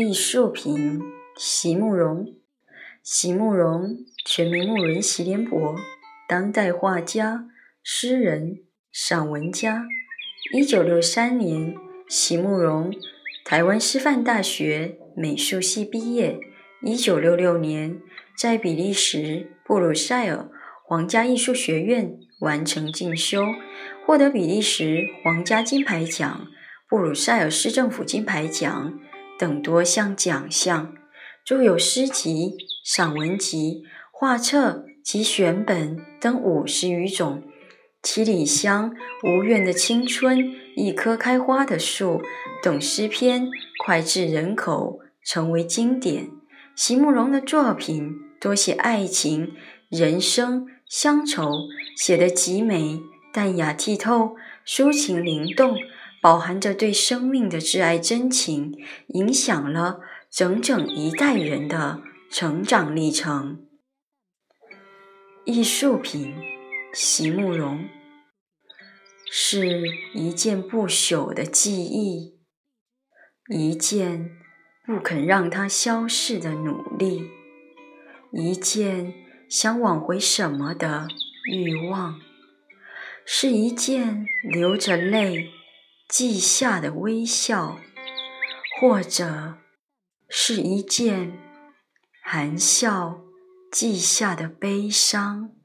艺术品，席慕容。席慕容，全名慕人席联博，当代画家、诗人、散文家。1963年，席慕容台湾师范大学美术系毕业。1966年，在比利时布鲁塞尔皇家艺术学院完成进修，获得比利时皇家金牌奖、布鲁塞尔市政府金牌奖等多项奖项，著有诗集、散文集、画册及选本等50余种。七里香、无怨的青春、一棵开花的树等诗篇脍炙人口，成为经典。席慕容的作品多写爱情、人生、乡愁，写得极美，淡雅剔透，抒情灵动，饱含着对生命的挚爱真情，影响了整整一代人的成长历程。艺术品，席慕容，是一件不朽的记忆，一件不肯让它消逝的努力，一件想挽回什么的欲望，是一件流着泪记下的微笑，或者是一件含笑记下的悲伤。